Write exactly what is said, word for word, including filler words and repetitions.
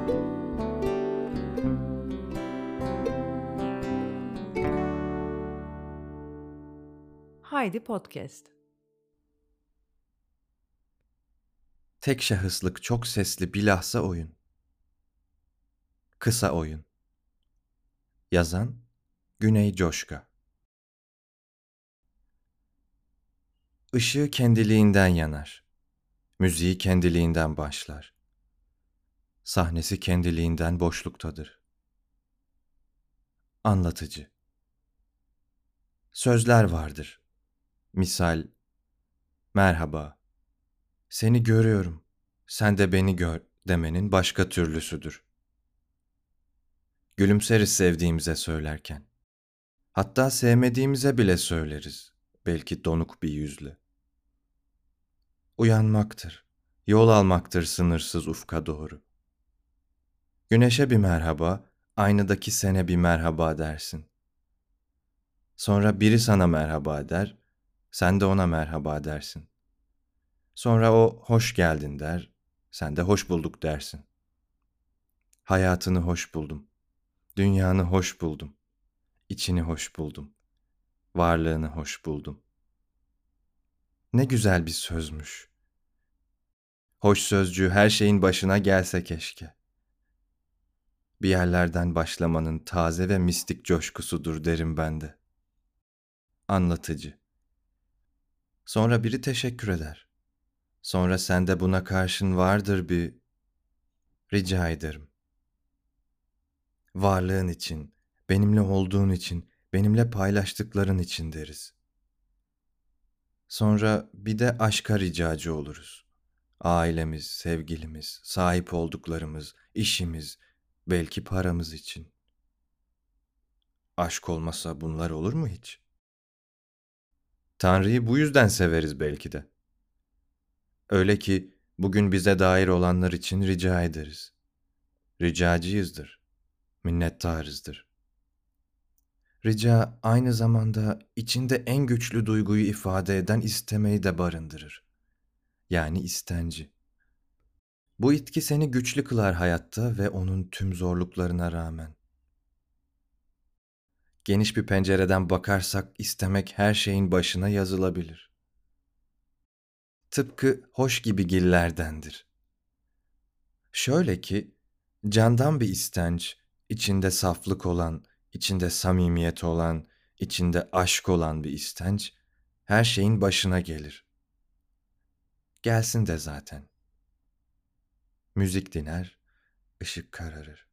Haydi Podcast. Tek şahıslık çok sesli bilhassa oyun. Kısa oyun. Yazan Güney Coşka. Işığı kendiliğinden yanar. Müziği kendiliğinden başlar. Sahnesi kendiliğinden boşluktadır. Anlatıcı. Sözler vardır. Misal, merhaba, seni görüyorum, sen de beni gör demenin başka türlüsüdür. Gülümseriz sevdiğimize söylerken. Hatta sevmediğimize bile söyleriz, belki donuk bir yüzle. Uyanmaktır, yol almaktır sınırsız ufka doğru. Güneşe bir merhaba, aynadaki sene bir merhaba dersin. Sonra biri sana merhaba der, sen de ona merhaba dersin. Sonra o hoş geldin der, sen de hoş bulduk dersin. Hayatını hoş buldum, dünyanı hoş buldum, içini hoş buldum, varlığını hoş buldum. Ne güzel bir sözmüş. Hoş sözcüğü her şeyin başına gelse keşke. Bir yerlerden başlamanın taze ve mistik coşkusudur derim ben de. Anlatıcı. Sonra biri teşekkür eder. Sonra sende buna karşın vardır bir rica ederim. Varlığın için, benimle olduğun için, benimle paylaştıkların için deriz. Sonra bir de aşka ricacı oluruz. Ailemiz, sevgilimiz, sahip olduklarımız, işimiz, belki paramız için. Aşk olmasa bunlar olur mu hiç? Tanrı'yı bu yüzden severiz belki de. Öyle ki bugün bize dair olanlar için rica ederiz. Ricacıyızdır, minnettarızdır. Rica aynı zamanda içinde en güçlü duyguyu ifade eden istemeyi de barındırır. Yani istenci. Bu itki seni güçlü kılar hayatta ve onun tüm zorluklarına rağmen. Geniş bir pencereden bakarsak istemek her şeyin başına yazılabilir. Tıpkı hoş gibi gillerdendir. Şöyle ki, candan bir istenç, içinde saflık olan, içinde samimiyet olan, içinde aşk olan bir istenç, her şeyin başına gelir. Gelsin de zaten. Müzik diner, ışık kararır.